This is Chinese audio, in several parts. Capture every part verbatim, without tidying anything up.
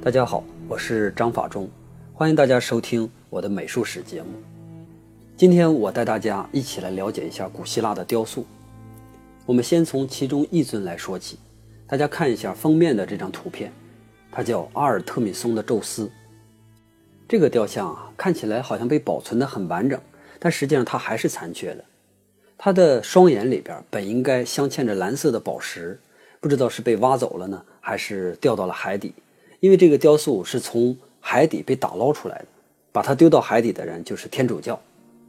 大家好，我是张法中，欢迎大家收听我的美术史节目。今天我带大家一起来了解一下古希腊的雕塑。我们先从其中一尊来说起，大家看一下封面的这张图片，它叫阿尔特米松的宙斯。这个雕像啊，看起来好像被保存得很完整，但实际上它还是残缺的。它的双眼里边本应该镶嵌着蓝色的宝石，不知道是被挖走了呢，还是掉到了海底。因为这个雕塑是从海底被打捞出来的，把它丢到海底的人就是天主教。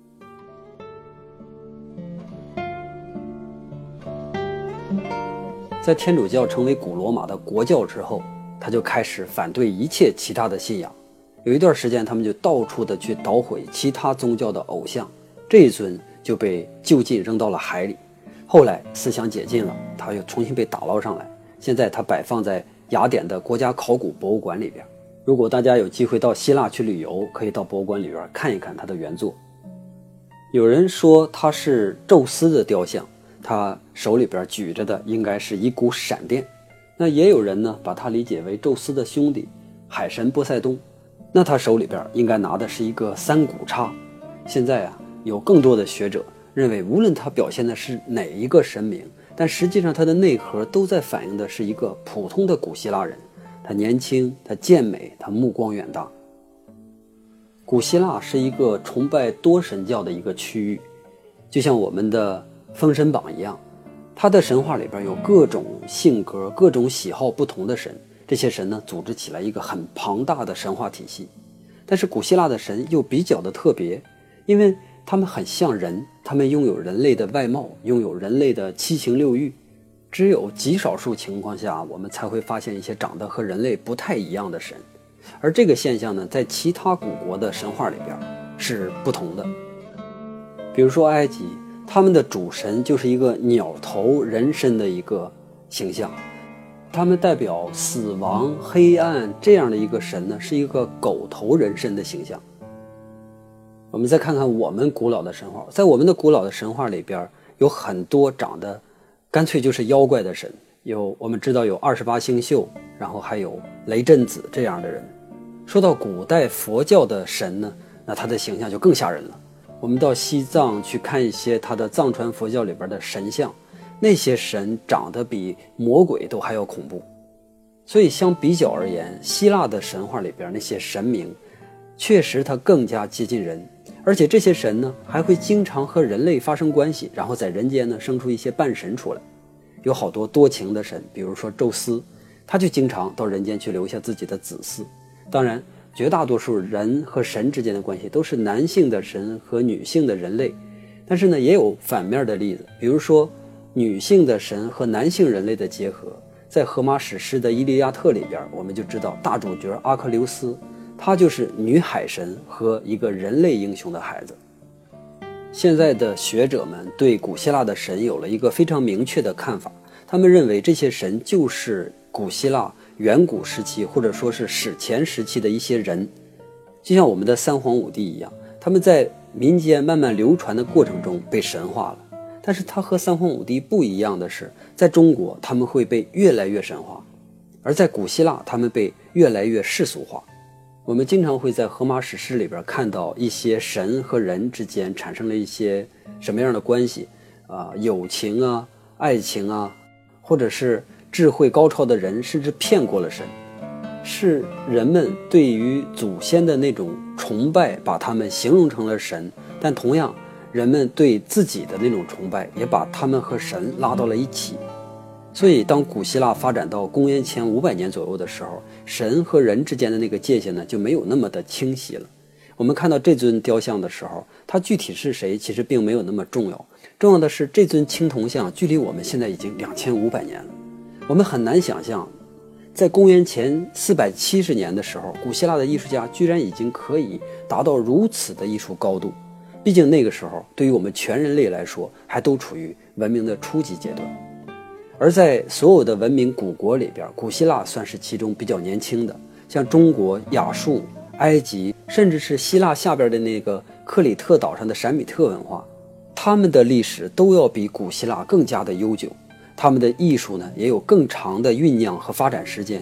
在天主教成为古罗马的国教之后，他就开始反对一切其他的信仰。有一段时间，他们就到处的去捣毁其他宗教的偶像，这一尊就被就近扔到了海里。后来思想解禁了，他又重新被打捞上来，现在他摆放在雅典的国家考古博物馆里边。如果大家有机会到希腊去旅游，可以到博物馆里边看一看它的原作。有人说它是宙斯的雕像，他手里边举着的应该是一股闪电。那也有人呢把它理解为宙斯的兄弟海神波塞冬，那他手里边应该拿的是一个三股叉。现在啊，有更多的学者认为，无论他表现的是哪一个神明，但实际上它的内核都在反映的是一个普通的古希腊人，他年轻，他健美，他目光远大。古希腊是一个崇拜多神教的一个区域，就像我们的封神榜一样，它的神话里边有各种性格、各种喜好不同的神，这些神呢组织起来一个很庞大的神话体系。但是古希腊的神又比较的特别，因为他们很像人，他们拥有人类的外貌，拥有人类的七情六欲。只有极少数情况下，我们才会发现一些长得和人类不太一样的神。而这个现象呢，在其他古国的神话里边是不同的。比如说埃及，他们的主神就是一个鸟头人身的一个形象，他们代表死亡、黑暗这样的一个神呢，是一个狗头人身的形象。我们再看看我们古老的神话，在我们的古老的神话里边，有很多长得干脆就是妖怪的神，有我们知道有二十八星宿，然后还有雷震子这样的人。说到古代佛教的神呢，那他的形象就更吓人了。我们到西藏去看一些他的藏传佛教里边的神像，那些神长得比魔鬼都还要恐怖。所以相比较而言，希腊的神话里边那些神明确实他更加接近人，而且这些神呢还会经常和人类发生关系，然后在人间呢生出一些半神出来。有好多多情的神，比如说宙斯，他就经常到人间去留下自己的子嗣。当然绝大多数人和神之间的关系都是男性的神和女性的人类，但是呢也有反面的例子，比如说女性的神和男性人类的结合。在荷马史诗的伊利亚特里边，我们就知道大主角阿克琉斯，他就是女海神和一个人类英雄的孩子。现在的学者们对古希腊的神有了一个非常明确的看法，他们认为这些神就是古希腊远古时期或者说是史前时期的一些人，就像我们的三皇五帝一样，他们在民间慢慢流传的过程中被神化了。但是他和三皇五帝不一样的是，在中国他们会被越来越神化，而在古希腊他们被越来越世俗化。我们经常会在荷马史诗里边看到一些神和人之间产生了一些什么样的关系啊、呃，友情啊，爱情啊，或者是智慧高超的人甚至骗过了神，是人们对于祖先的那种崇拜把他们形容成了神，但同样人们对自己的那种崇拜也把他们和神拉到了一起。所以当古希腊发展到公元前五百年左右的时候，神和人之间的那个界限呢就没有那么的清晰了。我们看到这尊雕像的时候，它具体是谁其实并没有那么重要，重要的是这尊青铜像距离我们现在已经两千五百年了。我们很难想象在公元前四百七十年的时候，古希腊的艺术家居然已经可以达到如此的艺术高度。毕竟那个时候对于我们全人类来说还都处于文明的初级阶段，而在所有的文明古国里边，古希腊算是其中比较年轻的。像中国、亚述、埃及，甚至是希腊下边的那个克里特岛上的闪米特文化，他们的历史都要比古希腊更加的悠久，他们的艺术呢也有更长的酝酿和发展时间。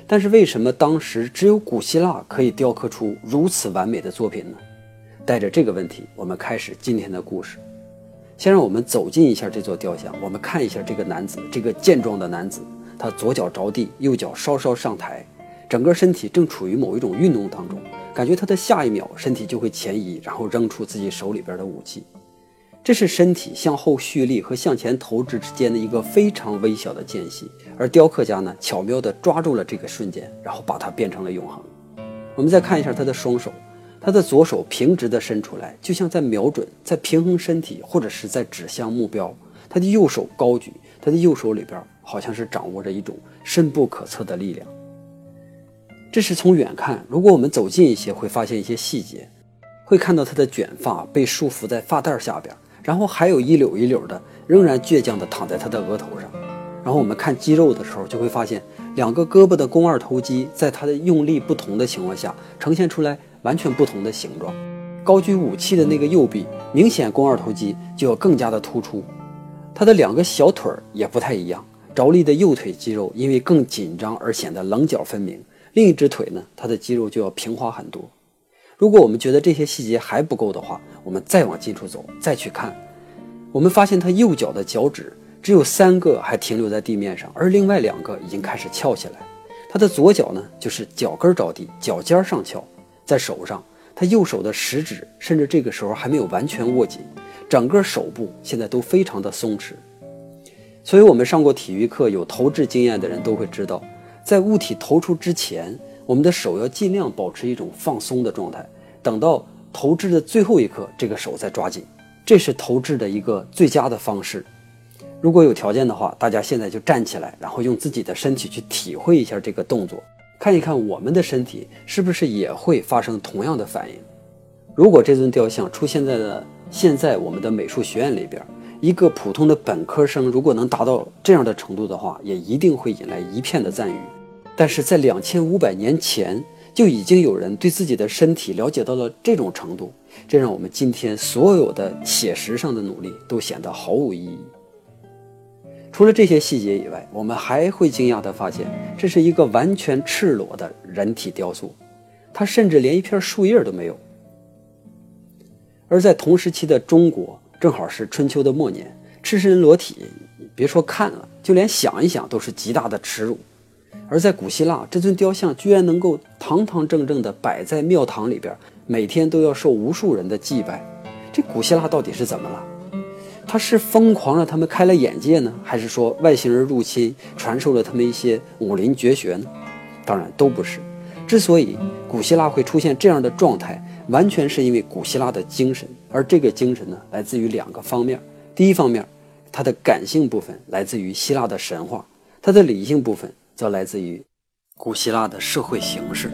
但是为什么当时只有古希腊可以雕刻出如此完美的作品呢？带着这个问题，我们开始今天的故事。先让我们走进一下这座雕像，我们看一下这个男子，这个健壮的男子，他左脚着地，右脚稍稍上抬，整个身体正处于某一种运动当中，感觉他的下一秒身体就会前移，然后扔出自己手里边的武器。这是身体向后蓄力和向前投掷之间的一个非常微小的间隙，而雕刻家呢，巧妙地抓住了这个瞬间，然后把它变成了永恒。我们再看一下他的双手，他的左手平直地伸出来，就像在瞄准，在平衡身体，或者是在指向目标。他的右手高举，他的右手里边好像是掌握着一种深不可测的力量。这是从远看，如果我们走近一些，会发现一些细节，会看到他的卷发被束缚在发带下边，然后还有一绺一绺的仍然倔强地躺在他的额头上。然后我们看肌肉的时候，就会发现两个胳膊的肱二头肌在他的用力不同的情况下，呈现出来完全不同的形状。高举武器的那个右臂，明显肱二头肌就要更加的突出。他的两个小腿也不太一样，着力的右腿肌肉因为更紧张而显得棱角分明，另一只腿呢，他的肌肉就要平滑很多。如果我们觉得这些细节还不够的话，我们再往近处走，再去看，我们发现他右脚的脚趾只有三个还停留在地面上，而另外两个已经开始翘起来。他的左脚呢，就是脚跟着地，脚尖上翘。在手上，他右手的食指甚至这个时候还没有完全握紧，整个手部现在都非常的松弛。所以我们上过体育课，有投掷经验的人都会知道，在物体投出之前，我们的手要尽量保持一种放松的状态，等到投掷的最后一刻，这个手再抓紧，这是投掷的一个最佳的方式。如果有条件的话，大家现在就站起来，然后用自己的身体去体会一下这个动作，看一看我们的身体是不是也会发生同样的反应。如果这尊雕像出现在了现在我们的美术学院里边，一个普通的本科生如果能达到这样的程度的话，也一定会引来一片的赞誉。但是在两千五百年前就已经有人对自己的身体了解到了这种程度，这让我们今天所有的写实上的努力都显得毫无意义。除了这些细节以外，我们还会惊讶地发现，这是一个完全赤裸的人体雕塑，它甚至连一片树叶都没有。而在同时期的中国，正好是春秋的末年，赤身裸体别说看了，就连想一想都是极大的耻辱。而在古希腊，这尊雕像居然能够堂堂正正地摆在庙堂里边，每天都要受无数人的祭拜。这古希腊到底是怎么了？他是疯狂让他们开了眼界呢，还是说外星人入侵传授了他们一些武林绝学呢？当然都不是。之所以古希腊会出现这样的状态，完全是因为古希腊的精神，而这个精神呢，来自于两个方面。第一方面，它的感性部分来自于希腊的神话，它的理性部分则来自于古希腊的社会形势。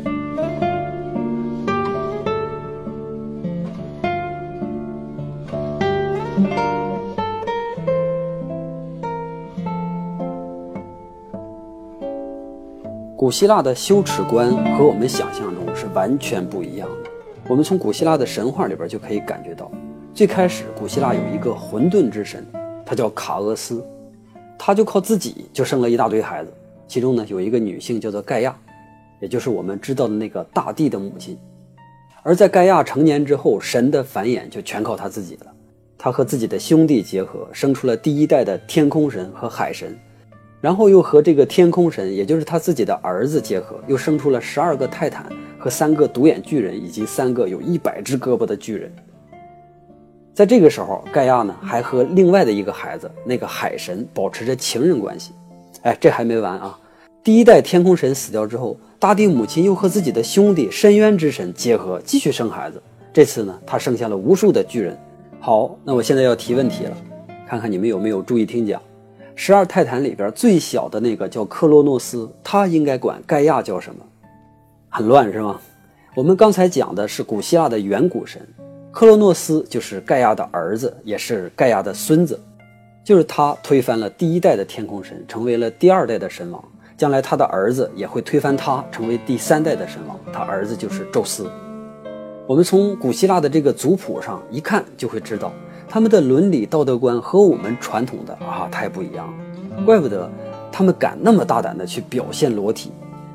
古希腊的羞耻观和我们想象中是完全不一样的。我们从古希腊的神话里边就可以感觉到，最开始古希腊有一个混沌之神，他叫卡俄斯，他就靠自己就生了一大堆孩子，其中呢有一个女性叫做盖亚，也就是我们知道的那个大地的母亲。而在盖亚成年之后，神的繁衍就全靠他自己了。他和自己的兄弟结合，生出了第一代的天空神和海神，然后又和这个天空神，也就是他自己的儿子结合，又生出了十二个泰坦和三个独眼巨人，以及三个有一百只胳膊的巨人。在这个时候，盖亚呢还和另外的一个孩子，那个海神保持着情人关系。哎，这还没完啊！第一代天空神死掉之后，大地母亲又和自己的兄弟深渊之神结合，继续生孩子。这次呢，他生下了无数的巨人。好，那我现在要提问题了，看看你们有没有注意听讲。十二泰坦里边最小的那个叫克洛诺斯，他应该管盖亚叫什么？很乱是吗？我们刚才讲的是古希腊的远古神，克洛诺斯就是盖亚的儿子，也是盖亚的孙子，就是他推翻了第一代的天空神，成为了第二代的神王。将来他的儿子也会推翻他，成为第三代的神王，他儿子就是宙斯。我们从古希腊的这个族谱上一看就会知道，他们的伦理道德观和我们传统的啊太不一样了，怪不得他们敢那么大胆的去表现裸体。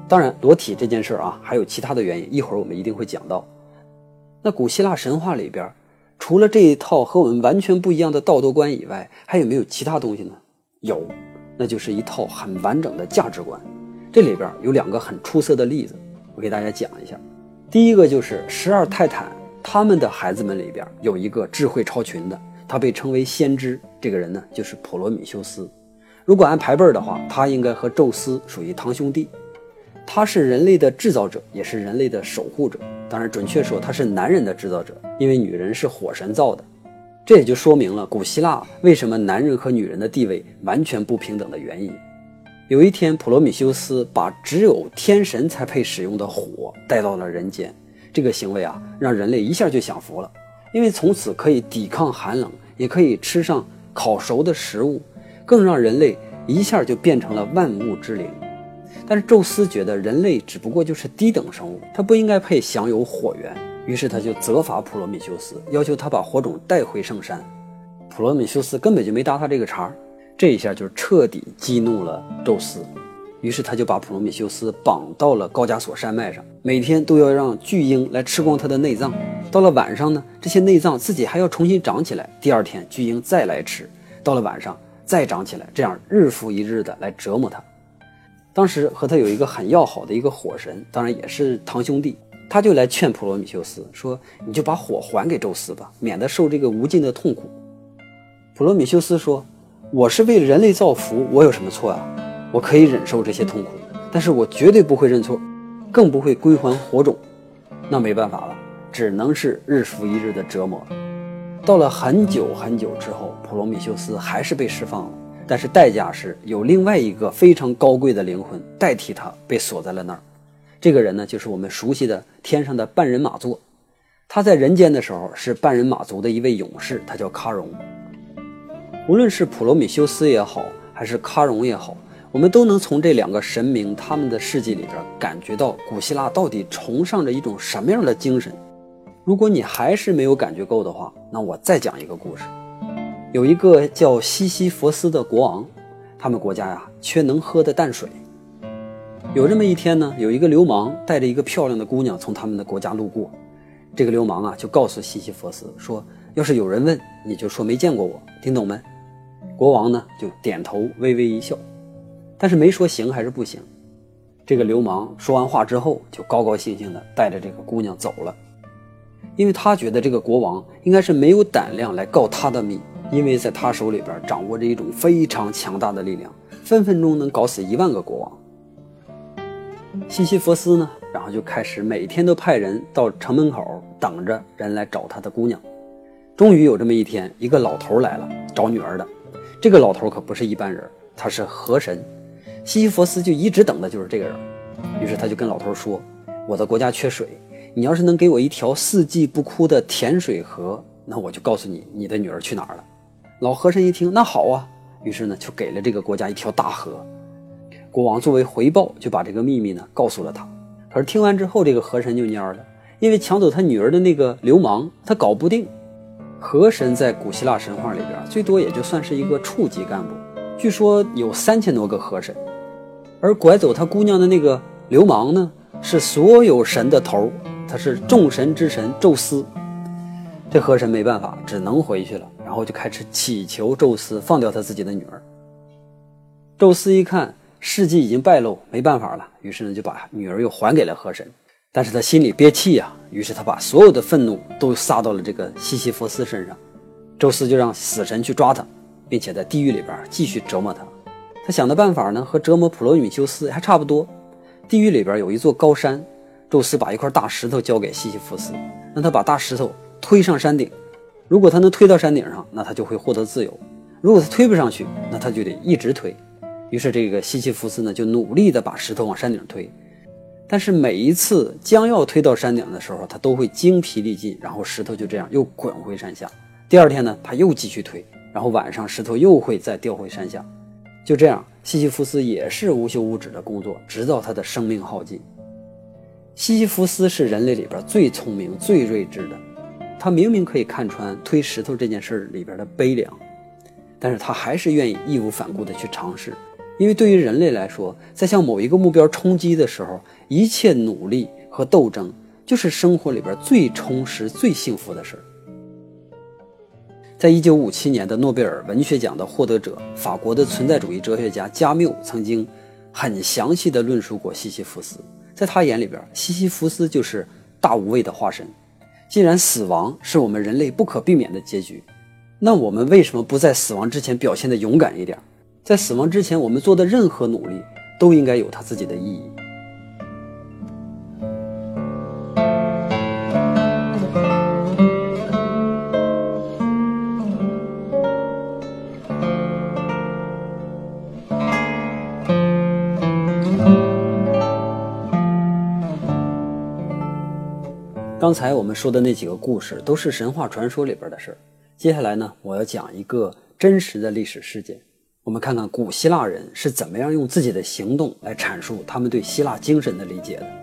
当然，裸体这件事啊，还有其他的原因，一会儿我们一定会讲到。那古希腊神话里边，除了这一套和我们完全不一样的道德观以外，还有没有其他东西呢？有，那就是一套很完整的价值观。这里边有两个很出色的例子，我给大家讲一下。第一个就是十二泰坦，他们的孩子们里边有一个智慧超群的，他被称为先知，这个人呢就是普罗米修斯。如果按排辈的话，他应该和宙斯属于堂兄弟。他是人类的制造者，也是人类的守护者。当然准确说他是男人的制造者，因为女人是火神造的。这也就说明了古希腊为什么男人和女人的地位完全不平等的原因。有一天，普罗米修斯把只有天神才配使用的火带到了人间，这个行为啊，让人类一下就享福了，因为从此可以抵抗寒冷，也可以吃上烤熟的食物，更让人类一下就变成了万物之灵。但是宙斯觉得人类只不过就是低等生物，他不应该配享有火源，于是他就责罚普罗米修斯，要求他把火种带回圣山。普罗米修斯根本就没搭他这个茬，这一下就彻底激怒了宙斯，于是他就把普罗米修斯绑到了高加索山脉上，每天都要让巨鹰来吃光他的内脏。到了晚上呢，这些内脏自己还要重新长起来，第二天巨鹰再来吃，到了晚上再长起来，这样日复一日的来折磨他。当时和他有一个很要好的一个火神，当然也是堂兄弟，他就来劝普罗米修斯说，你就把火还给宙斯吧，免得受这个无尽的痛苦。普罗米修斯说，我是为了人类造福，我有什么错啊？我可以忍受这些痛苦，但是我绝对不会认错，更不会归还火种。那没办法了，只能是日复一日的折磨。到了很久很久之后，普罗米修斯还是被释放了，但是代价是有另外一个非常高贵的灵魂代替他被锁在了那儿。这个人呢，就是我们熟悉的天上的半人马座。他在人间的时候是半人马族的一位勇士，他叫喀戎。无论是普罗米修斯也好，还是喀戎也好，我们都能从这两个神明他们的事迹里边感觉到古希腊到底崇尚着一种什么样的精神。如果你还是没有感觉够的话，那我再讲一个故事。有一个叫西西弗斯的国王，他们国家呀缺能喝的淡水。有这么一天呢，有一个流氓带着一个漂亮的姑娘从他们的国家路过。这个流氓啊就告诉西西弗斯说，要是有人问，你就说没见过我，听懂没？国王呢就点头微微一笑，但是没说行还是不行。这个流氓说完话之后，就高高兴兴的带着这个姑娘走了，因为他觉得这个国王应该是没有胆量来告他的密，因为在他手里边掌握着一种非常强大的力量，分分钟能搞死一万个国王。西西弗斯呢，然后就开始每天都派人到城门口等着人来找他的姑娘。终于有这么一天，一个老头来了，找女儿的。这个老头可不是一般人，他是河神。西西弗斯就一直等的就是这个人，于是他就跟老头说，我的国家缺水，你要是能给我一条四季不枯的甜水河，那我就告诉你你的女儿去哪儿了。老河神一听，那好啊，于是呢就给了这个国家一条大河。国王作为回报就把这个秘密呢告诉了他。可是听完之后，这个河神就蔫了，因为抢走他女儿的那个流氓他搞不定。河神在古希腊神话里边最多也就算是一个处级干部，据说有三千多个河神，而拐走他姑娘的那个流氓呢是所有神的头，他是众神之神宙斯。这河神没办法，只能回去了，然后就开始祈求宙斯放掉他自己的女儿。宙斯一看事迹已经败露，没办法了，于是呢就把女儿又还给了河神。但是他心里憋气啊，于是他把所有的愤怒都撒到了这个西西弗斯身上。宙斯就让死神去抓他，并且在地狱里边继续折磨他。他想的办法呢和折磨普罗米修斯还差不多。地狱里边有一座高山，宙斯把一块大石头交给西西弗斯，让他把大石头推上山顶。如果他能推到山顶上，那他就会获得自由；如果他推不上去，那他就得一直推。于是这个西西弗斯呢就努力的把石头往山顶推，但是每一次将要推到山顶的时候，他都会精疲力尽，然后石头就这样又滚回山下。第二天呢他又继续推，然后晚上石头又会再掉回山下。就这样西西弗斯也是无休无止的工作，直到他的生命耗尽。西西弗斯是人类里边最聪明最睿智的，他明明可以看穿推石头这件事里边的悲凉，但是他还是愿意义无反顾的去尝试。 因为对于人类来说，在向某一个目标冲击的时候，一切努力和斗争就是生活里边最充实最幸福的事儿。在一九五七年的诺贝尔文学奖的获得者，法国的存在主义哲学家加缪曾经很详细地论述过西西弗斯。在他眼里边，西西弗斯就是大无畏的化身。既然死亡是我们人类不可避免的结局，那我们为什么不在死亡之前表现得勇敢一点？在死亡之前，我们做的任何努力都应该有它自己的意义。刚才我们说的那几个故事都是神话传说里边的事儿。接下来呢，我要讲一个真实的历史事件。我们看看古希腊人是怎么样用自己的行动来阐述他们对希腊精神的理解的。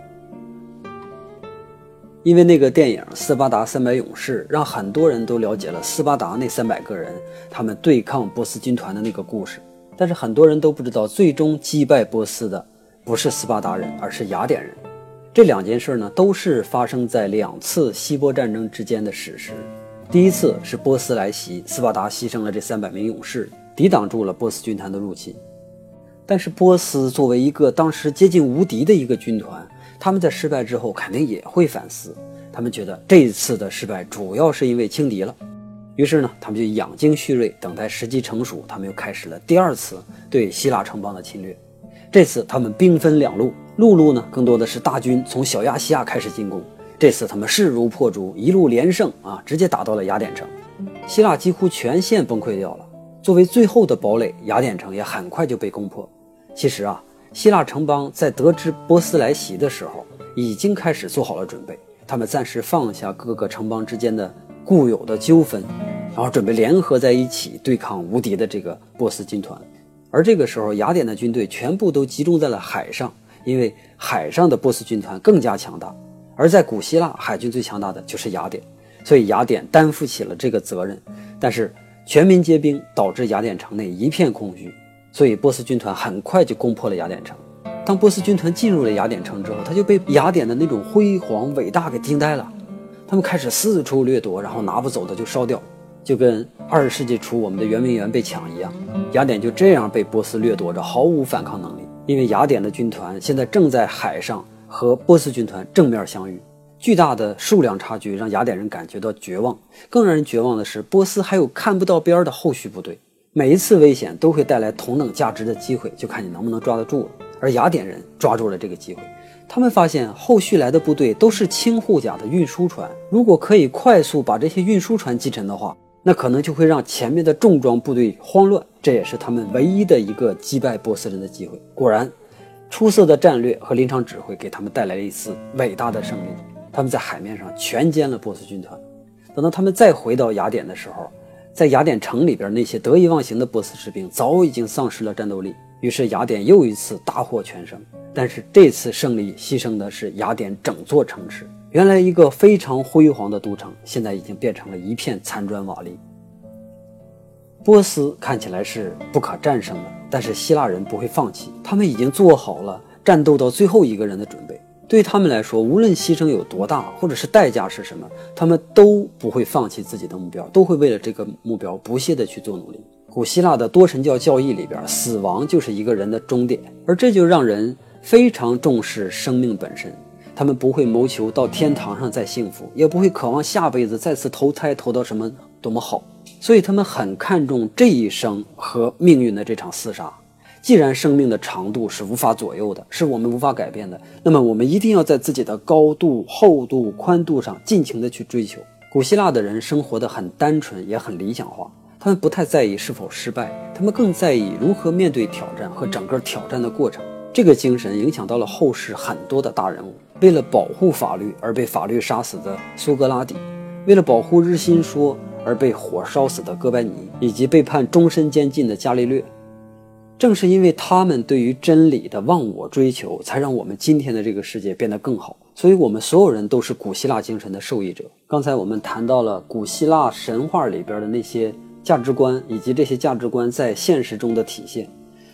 因为那个电影《斯巴达三百勇士》让很多人都了解了斯巴达那三百个人他们对抗波斯军团的那个故事，但是很多人都不知道，最终击败波斯的不是斯巴达人，而是雅典人。这两件事呢，都是发生在两次希波战争之间的史实。第一次是波斯来袭，斯巴达牺牲了这三百名勇士，抵挡住了波斯军团的入侵。但是波斯作为一个当时接近无敌的一个军团，他们在失败之后肯定也会反思，他们觉得这一次的失败主要是因为轻敌了。于是呢，他们就养精蓄锐，等待时机成熟，他们又开始了第二次对希腊城邦的侵略。这次他们兵分两路，陆路呢更多的是大军从小亚细亚开始进攻，这次他们势如破竹，一路连胜啊，直接打到了雅典城。希腊几乎全线崩溃掉了，作为最后的堡垒，雅典城也很快就被攻破。其实啊，希腊城邦在得知波斯来袭的时候，已经开始做好了准备，他们暂时放下各个城邦之间的固有的纠纷，然后准备联合在一起对抗无敌的这个波斯军团。而这个时候，雅典的军队全部都集中在了海上，因为海上的波斯军团更加强大，而在古希腊，海军最强大的就是雅典，所以雅典担负起了这个责任。但是全民皆兵导致雅典城内一片空虚，所以波斯军团很快就攻破了雅典城。当波斯军团进入了雅典城之后，他就被雅典的那种辉煌伟大给惊呆了，他们开始四处掠夺，然后拿不走的就烧掉，就跟二十世纪初我们的圆明园被抢一样。雅典就这样被波斯掠夺着，毫无反抗能力。因为雅典的军团现在正在海上和波斯军团正面相遇，巨大的数量差距让雅典人感觉到绝望。更让人绝望的是，波斯还有看不到边的后续部队，每一次危险都会带来同等价值的机会，就看你能不能抓得住了。而雅典人抓住了这个机会，他们发现后续来的部队都是轻护甲的运输船，如果可以快速把这些运输船击沉的话，那可能就会让前面的重装部队慌乱，这也是他们唯一的一个击败波斯人的机会。果然，出色的战略和临场指挥给他们带来了一次伟大的胜利，他们在海面上全歼了波斯军团。等到他们再回到雅典的时候，在雅典城里边那些得意忘形的波斯士兵早已经丧失了战斗力，于是雅典又一次大获全胜。但是这次胜利牺牲的是雅典整座城池，原来一个非常辉煌的都城，现在已经变成了一片残砖瓦砾。波斯看起来是不可战胜的，但是希腊人不会放弃，他们已经做好了战斗到最后一个人的准备。对于他们来说，无论牺牲有多大，或者是代价是什么，他们都不会放弃自己的目标，都会为了这个目标不懈地去做努力。古希腊的多神教教义里边，死亡就是一个人的终点，而这就让人非常重视生命本身。他们不会谋求到天堂上再幸福，也不会渴望下辈子再次投胎投到什么多么好，所以他们很看重这一生和命运的这场厮杀。既然生命的长度是无法左右的，是我们无法改变的，那么我们一定要在自己的高度、厚度、宽度上尽情的去追求。古希腊的人生活得很单纯，也很理想化，他们不太在意是否失败，他们更在意如何面对挑战和整个挑战的过程。这个精神影响到了后世很多的大人物，为了保护法律而被法律杀死的苏格拉底，为了保护日心说而被火烧死的哥白尼，以及被判终身监禁的伽利略。正是因为他们对于真理的忘我追求，才让我们今天的这个世界变得更好。所以我们所有人都是古希腊精神的受益者。刚才我们谈到了古希腊神话里边的那些价值观，以及这些价值观在现实中的体现。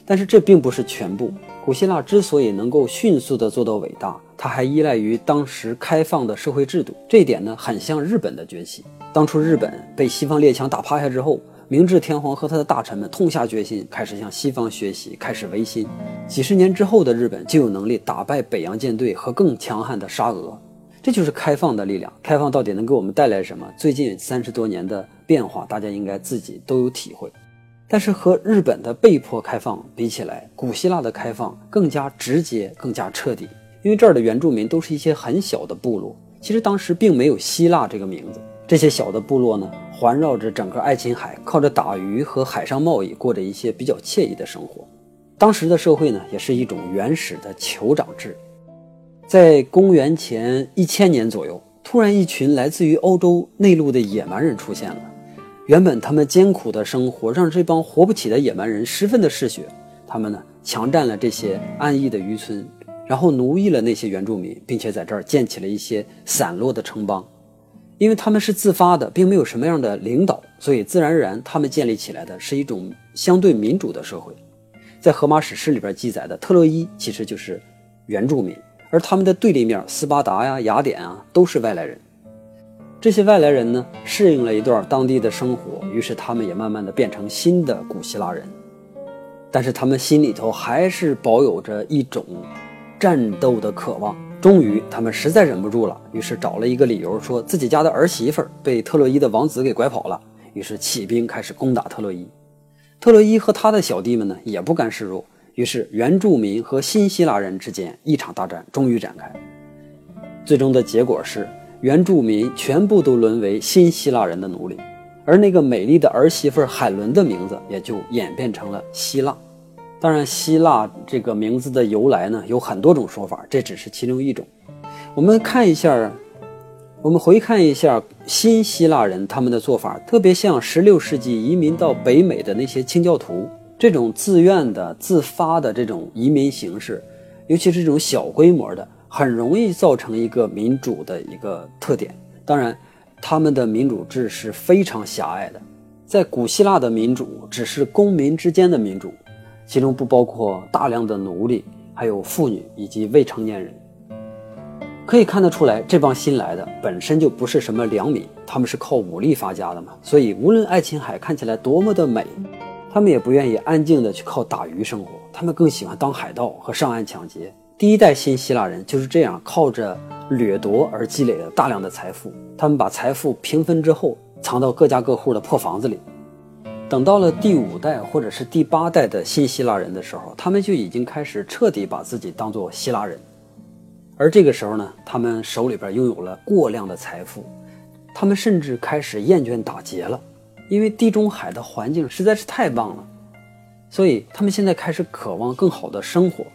但是这并不是全部。古希腊之所以能够迅速地做到伟大，它还依赖于当时开放的社会制度。这一点呢，很像日本的崛起。当初日本被西方列强打趴下之后，明治天皇和他的大臣们痛下决心，开始向西方学习，开始维新。几十年之后的日本就有能力打败北洋舰队和更强悍的沙俄。这就是开放的力量。开放到底能给我们带来什么？最近三十多年的变化，大家应该自己都有体会。但是和日本的被迫开放比起来，古希腊的开放更加直接，更加彻底。因为这儿的原住民都是一些很小的部落，其实当时并没有希腊这个名字。这些小的部落呢，环绕着整个爱琴海，靠着打鱼和海上贸易，过着一些比较惬意的生活。当时的社会呢，也是一种原始的酋长制。在公元前一千年左右，突然一群来自于欧洲内陆的野蛮人出现了。原本他们艰苦的生活让这帮活不起的野蛮人十分的嗜血，他们呢强占了这些安逸的渔村，然后奴役了那些原住民，并且在这儿建起了一些散落的城邦。因为他们是自发的，并没有什么样的领导，所以自然而然他们建立起来的是一种相对民主的社会。在荷马史诗里边记载的特洛伊其实就是原住民，而他们的对立面斯巴达呀、雅典啊都是外来人。这些外来人呢，适应了一段当地的生活，于是他们也慢慢的变成新的古希腊人。但是他们心里头还是保有着一种战斗的渴望。终于他们实在忍不住了，于是找了一个理由，说自己家的儿媳妇被特洛伊的王子给拐跑了，于是起兵开始攻打特洛伊。特洛伊和他的小弟们呢也不甘示弱，于是原住民和新希腊人之间一场大战终于展开。最终的结果是原住民全部都沦为新希腊人的奴隶，而那个美丽的儿媳妇海伦的名字也就演变成了希腊。当然希腊这个名字的由来呢有很多种说法，这只是其中一种。我们看一下我们回看一下新希腊人他们的做法，特别像十六世纪移民到北美的那些清教徒，这种自愿的自发的这种移民形式，尤其是这种小规模的，很容易造成一个民主的一个特点。当然他们的民主制是非常狭隘的，在古希腊的民主只是公民之间的民主，其中不包括大量的奴隶，还有妇女以及未成年人。可以看得出来，这帮新来的本身就不是什么良民，他们是靠武力发家的嘛，所以无论爱琴海看起来多么的美，他们也不愿意安静的去靠打鱼生活，他们更喜欢当海盗和上岸抢劫。第一代新希腊人就是这样靠着掠夺而积累了大量的财富，他们把财富平分之后藏到各家各户的破房子里。等到了第五代或者是第八代的新希腊人的时候，他们就已经开始彻底把自己当作希腊人。而这个时候呢，他们手里边拥有了过量的财富，他们甚至开始厌倦打劫了，因为地中海的环境实在是太棒了，所以他们现在开始渴望更好的生活，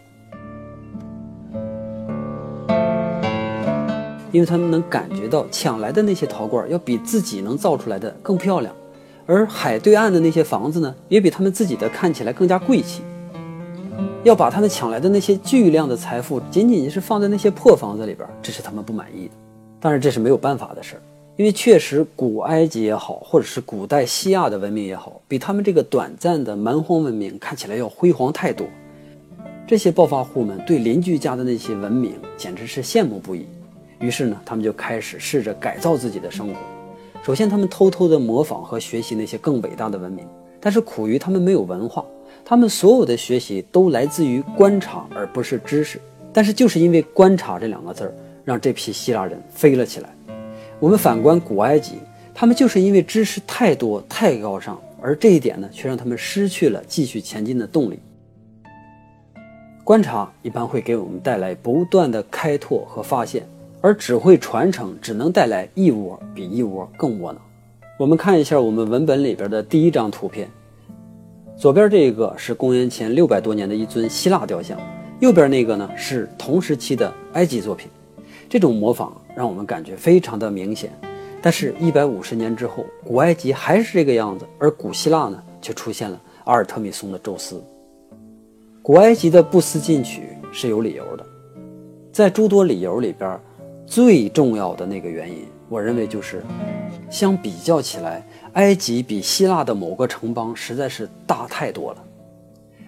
因为他们能感觉到抢来的那些陶罐要比自己能造出来的更漂亮，而海对岸的那些房子呢，也比他们自己的看起来更加贵气。要把他们抢来的那些巨量的财富仅仅是放在那些破房子里边，这是他们不满意的。当然这是没有办法的事儿，因为确实古埃及也好，或者是古代西亚的文明也好，比他们这个短暂的蛮荒文明看起来要辉煌太多。这些暴发户们对邻居家的那些文明简直是羡慕不已，于是呢，他们就开始试着改造自己的生活。首先他们偷偷地模仿和学习那些更伟大的文明，但是苦于他们没有文化，他们所有的学习都来自于观察而不是知识。但是就是因为观察这两个字儿，让这批希腊人飞了起来。我们反观古埃及，他们就是因为知识太多太高尚，而这一点呢，却让他们失去了继续前进的动力。观察一般会给我们带来不断的开拓和发现，而只会传承只能带来一窝比一窝更窝囊。我们看一下我们文本里边的第一张图片，左边这个是公元前六百多年的一尊希腊雕像，右边那个呢是同时期的埃及作品。这种模仿让我们感觉非常的明显，但是一百五十年之后，古埃及还是这个样子，而古希腊呢却出现了阿尔特米松的宙斯。古埃及的不思进取是有理由的，在诸多理由里边，最重要的那个原因，我认为就是相比较起来，埃及比希腊的某个城邦实在是大太多了。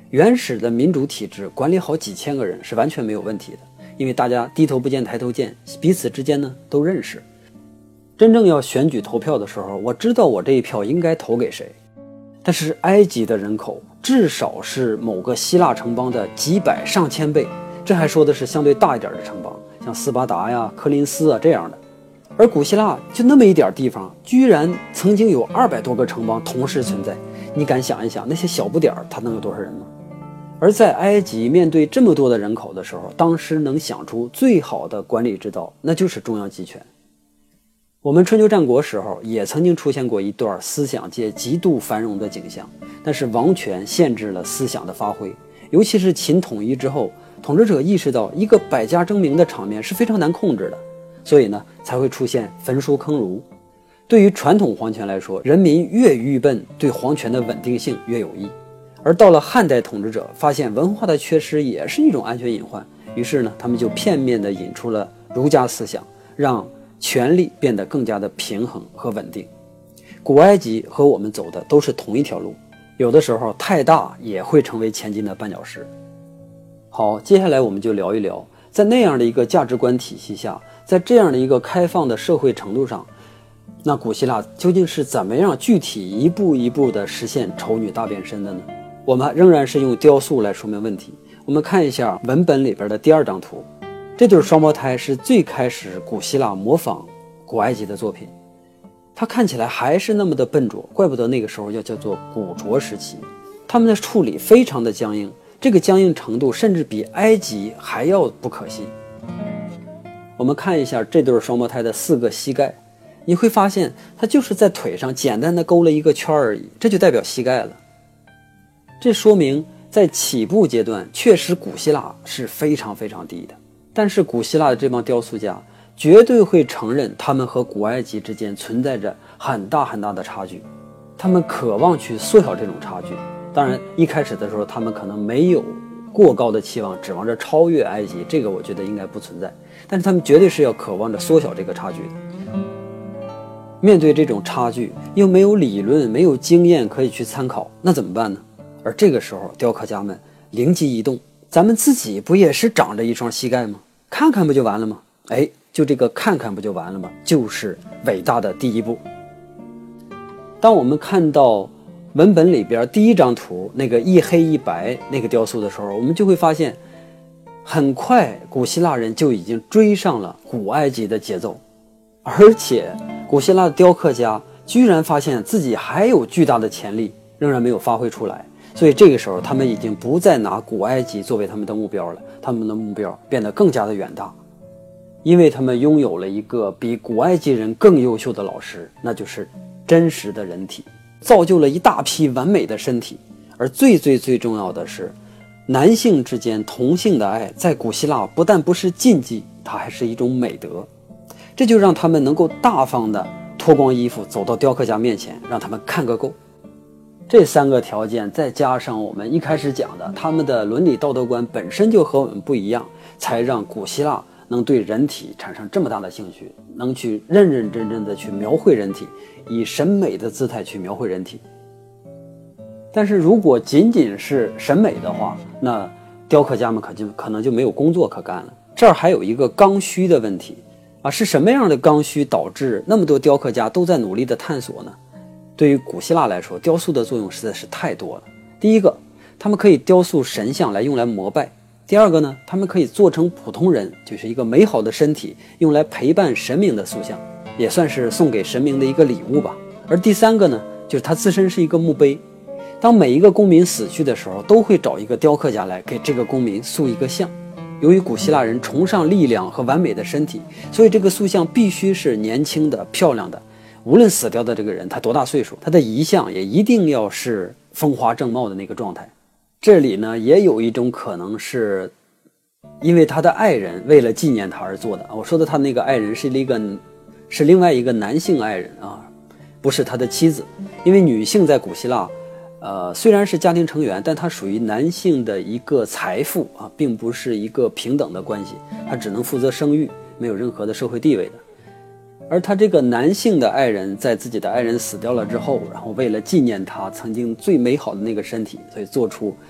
原始的民主体制管理好几千个人是完全没有问题的，因为大家低头不见抬头见，彼此之间呢都认识。真正要选举投票的时候，我知道我这一票应该投给谁。但是埃及的人口至少是某个希腊城邦的几百上千倍，这还说的是相对大一点的城邦，像斯巴达呀、科林斯啊这样的。而古希腊就那么一点地方，居然曾经有二百多个城邦同时存在，你敢想一想，那些小不点儿它能有多少人吗？而在埃及面对这么多的人口的时候，当时能想出最好的管理之道，那就是中央集权。我们春秋战国时候也曾经出现过一段思想界极度繁荣的景象，但是王权限制了思想的发挥，尤其是秦统一之后，统治者意识到一个百家争鸣的场面是非常难控制的，所以呢才会出现焚书坑儒。对于传统皇权来说，人民越愚笨，对皇权的稳定性越有益。而到了汉代统治者发现文化的缺失也是一种安全隐患，于是呢他们就片面地引出了儒家思想，让权力变得更加的平衡和稳定。古埃及和我们走的都是同一条路，有的时候太大也会成为前进的绊脚石。好，接下来我们就聊一聊，在那样的一个价值观体系下，在这样的一个开放的社会程度上，那古希腊究竟是怎么样具体一步一步地实现丑女大变身的呢？我们仍然是用雕塑来说明问题。我们看一下文本里边的第二张图，这对双胞胎是最开始古希腊模仿古埃及的作品，它看起来还是那么的笨拙，怪不得那个时候要叫做古拙时期。他们的处理非常的僵硬，这个僵硬程度甚至比埃及还要不可信。我们看一下这对双胞胎的四个膝盖，你会发现它就是在腿上简单的勾了一个圈而已，这就代表膝盖了。这说明在起步阶段确实古希腊是非常非常低的，但是古希腊的这帮雕塑家绝对会承认他们和古埃及之间存在着很大很大的差距，他们渴望去缩小这种差距。当然一开始的时候他们可能没有过高的期望，指望着超越埃及，这个我觉得应该不存在，但是他们绝对是要渴望着缩小这个差距的。面对这种差距，又没有理论没有经验可以去参考，那怎么办呢？而这个时候雕刻家们灵机一动，咱们自己不也是长着一双膝盖吗？看看不就完了吗？哎，就这个看看不就完了吗？就是伟大的第一步。当我们看到文本里边第一张图那个一黑一白那个雕塑的时候，我们就会发现很快古希腊人就已经追上了古埃及的节奏，而且古希腊的雕刻家居然发现自己还有巨大的潜力仍然没有发挥出来，所以这个时候他们已经不再拿古埃及作为他们的目标了，他们的目标变得更加的远大，因为他们拥有了一个比古埃及人更优秀的老师，那就是真实的人体，造就了一大批完美的身体。而最最最重要的是，男性之间同性的爱在古希腊不但不是禁忌，它还是一种美德，这就让他们能够大方的脱光衣服走到雕刻家面前，让他们看个够。这三个条件再加上我们一开始讲的他们的伦理道德观本身就和我们不一样，才让古希腊能对人体产生这么大的兴趣，能去认认真真的去描绘人体，以审美的姿态去描绘人体。但是如果仅仅是审美的话，那雕刻家们可就可能就没有工作可干了。这儿还有一个刚需的问题啊，是什么样的刚需导致那么多雕刻家都在努力的探索呢？对于古希腊来说，雕塑的作用实在是太多了。第一个，他们可以雕塑神像来用来膜拜；第二个呢，他们可以做成普通人，就是一个美好的身体，用来陪伴神明的塑像，也算是送给神明的一个礼物吧。而第三个呢，就是它自身是一个墓碑，当每一个公民死去的时候，都会找一个雕刻家来给这个公民塑一个像。由于古希腊人崇尚力量和完美的身体，所以这个塑像必须是年轻的、漂亮的。无论死掉的这个人他多大岁数，他的遗像也一定要是风华正茂的那个状态。这里呢，也有一种可能是因为他的爱人为了纪念他而做的。我说的他那个爱人是一个是另外一个男性爱人啊，不是他的妻子。因为女性在古希腊呃，虽然是家庭成员，但她属于男性的一个财富啊，并不是一个平等的关系，她只能负责生育，没有任何的社会地位的。而他这个男性的爱人在自己的爱人死掉了之后，然后为了纪念他曾经最美好的那个身体，所以做出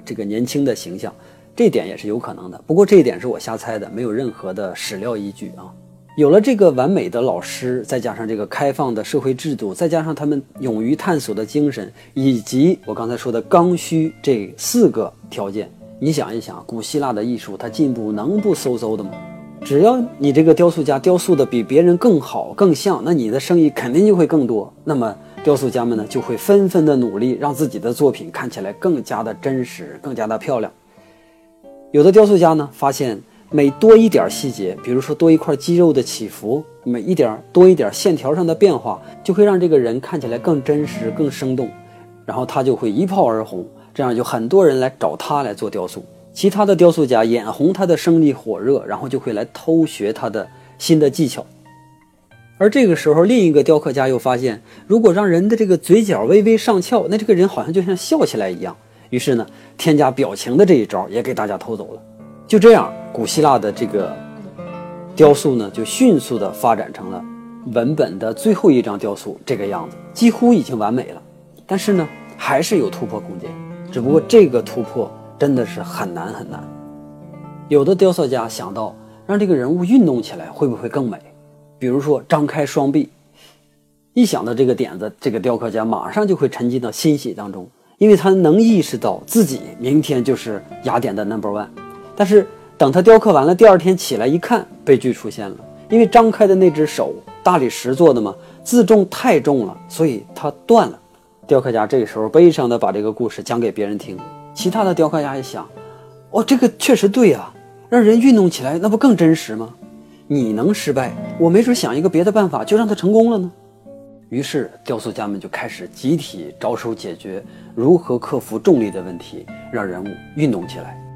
这个年轻的形象，这一点也是有可能的。不过这一点是我瞎猜的，没有任何的史料依据啊。有了这个完美的老师，再加上这个开放的社会制度，再加上他们勇于探索的精神，以及我刚才说的刚需这四个条件，你想一想，古希腊的艺术它进步能不嗖嗖的吗？只要你这个雕塑家雕塑的比别人更好更像，那你的生意肯定就会更多。那么雕塑家们呢就会纷纷的努力，让自己的作品看起来更加的真实，更加的漂亮。有的雕塑家呢发现每多一点细节，比如说多一块肌肉的起伏，每一点多一点线条上的变化，就会让这个人看起来更真实更生动，然后他就会一炮而红，这样就很多人来找他来做雕塑。其他的雕塑家眼红他的生力火热，然后就会来偷学他的新的技巧。而这个时候另一个雕刻家又发现，如果让人的这个嘴角微微上翘，那这个人好像就像笑起来一样，于是呢添加表情的这一招也给大家偷走了。就这样，古希腊的这个雕塑呢就迅速的发展成了文本的最后一张雕塑这个样子，几乎已经完美了。但是呢还是有突破空间，只不过这个突破真的是很难很难。有的雕塑家想到让这个人物运动起来会不会更美，比如说张开双臂，一想到这个点子，这个雕刻家马上就会沉浸到欣喜当中，因为他能意识到自己明天就是雅典的 number one。 但是等他雕刻完了，第二天起来一看，悲剧出现了，因为张开的那只手，大理石做的嘛，自重太重了，所以它断了。雕刻家这个时候悲伤的把这个故事讲给别人听，其他的雕刻家一想，哦，这个确实对啊，让人运动起来那不更真实吗？你能失败，我没准想一个别的办法就让它成功了呢。于是雕塑家们就开始集体着手解决如何克服重力的问题，让人物运动起来。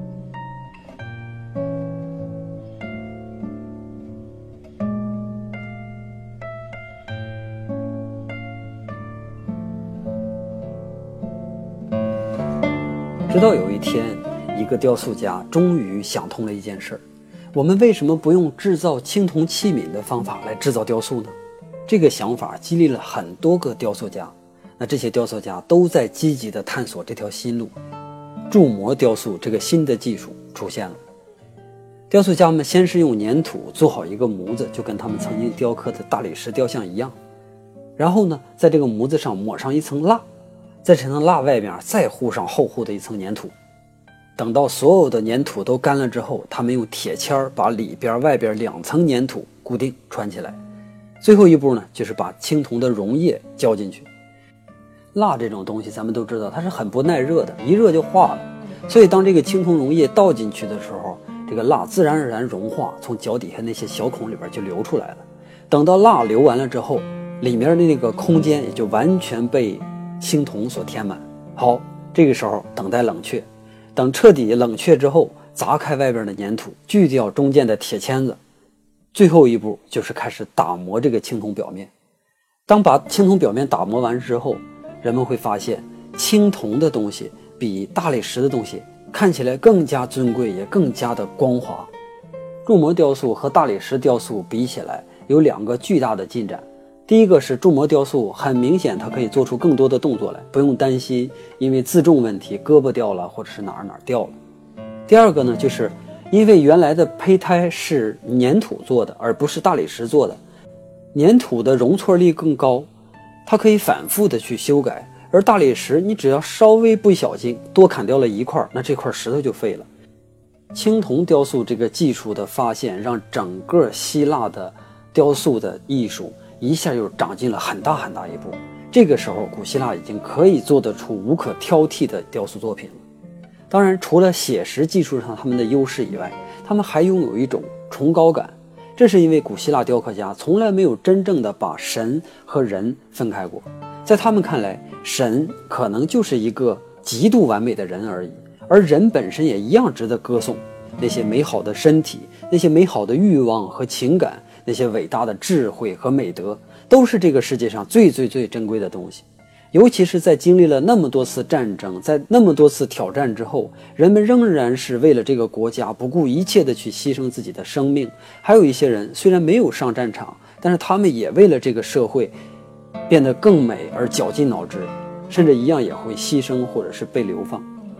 直到有一天，一个雕塑家终于想通了一件事儿，我们为什么不用制造青铜器皿的方法来制造雕塑呢？这个想法激励了很多个雕塑家，那这些雕塑家都在积极地探索这条新路。铸模雕塑这个新的技术出现了，雕塑家们先是用粘土做好一个模子，就跟他们曾经雕刻的大理石雕像一样，然后呢在这个模子上抹上一层蜡，在这层蜡外面再糊上厚厚的一层粘土。等到所有的粘土都干了之后，他们用铁签把里边外边两层粘土固定穿起来。最后一步呢，就是把青铜的溶液浇进去。蜡这种东西咱们都知道它是很不耐热的，一热就化了，所以当这个青铜溶液倒进去的时候，这个蜡自然而然融化，从脚底下那些小孔里边就流出来了。等到蜡流完了之后，里面的那个空间也就完全被青铜所填满。好，这个时候等待冷却，等彻底冷却之后，砸开外边的粘土，锯掉中间的铁签子，最后一步就是开始打磨这个青铜表面。当把青铜表面打磨完之后，人们会发现青铜的东西比大理石的东西看起来更加尊贵，也更加的光滑。铸模雕塑和大理石雕塑比起来有两个巨大的进展。第一个是铸模雕塑很明显它可以做出更多的动作来，不用担心因为自重问题胳膊掉了或者是哪儿哪儿掉了。第二个呢，就是因为原来的胚胎是粘土做的而不是大理石做的，粘土的容错率更高，它可以反复的去修改，而大理石你只要稍微不小心多砍掉了一块，那这块石头就废了。青铜雕塑这个技术的发现，让整个希腊的雕塑的艺术一下又长进了很大很大一步。这个时候古希腊已经可以做得出无可挑剔的雕塑作品了。当然除了写实技术上他们的优势以外，他们还拥有一种崇高感，这是因为古希腊雕刻家从来没有真正的把神和人分开过。在他们看来，神可能就是一个极度完美的人而已，而人本身也一样值得歌颂。那些美好的身体，那些美好的欲望和情感，那些伟大的智慧和美德，都是这个世界上最最最珍贵的东西。尤其是在经历了那么多次战争，在那么多次挑战之后，人们仍然是为了这个国家不顾一切的去牺牲自己的生命。还有一些人虽然没有上战场，但是他们也为了这个社会变得更美而绞尽脑汁，甚至一样也会牺牲或者是被流放。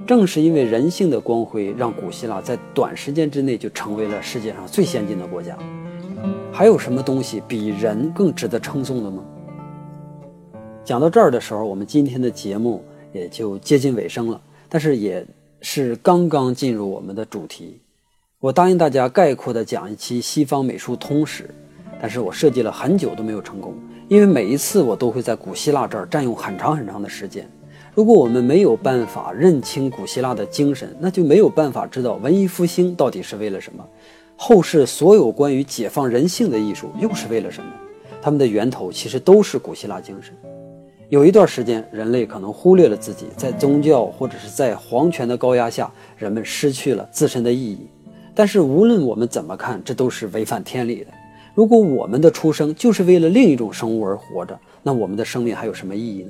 正是因为人性的光辉，让古希腊在短时间之内就成为了世界上最先进的国家。还有什么东西比人更值得称颂的吗？讲到这儿的时候，我们今天的节目也就接近尾声了，但是也是刚刚进入我们的主题。我答应大家概括的讲一期西方美术通史，但是我设计了很久都没有成功，因为每一次我都会在古希腊这儿占用很长很长的时间。如果我们没有办法认清古希腊的精神，那就没有办法知道文艺复兴到底是为了什么，后世所有关于解放人性的艺术又是为了什么。他们的源头其实都是古希腊精神。有一段时间，人类可能忽略了自己，在宗教或者是在皇权的高压下，人们失去了自身的意义。但是无论我们怎么看，这都是违反天理的。如果我们的出生就是为了另一种生物而活着，那我们的生命还有什么意义呢？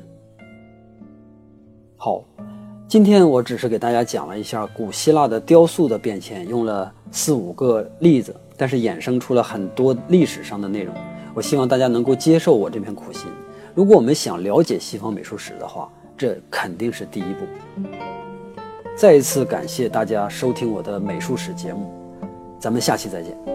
好，今天我只是给大家讲了一下古希腊的雕塑的变迁，用了四五个例子，但是衍生出了很多历史上的内容。我希望大家能够接受我这片苦心。如果我们想了解西方美术史的话，这肯定是第一步。再一次感谢大家收听我的美术史节目，咱们下期再见。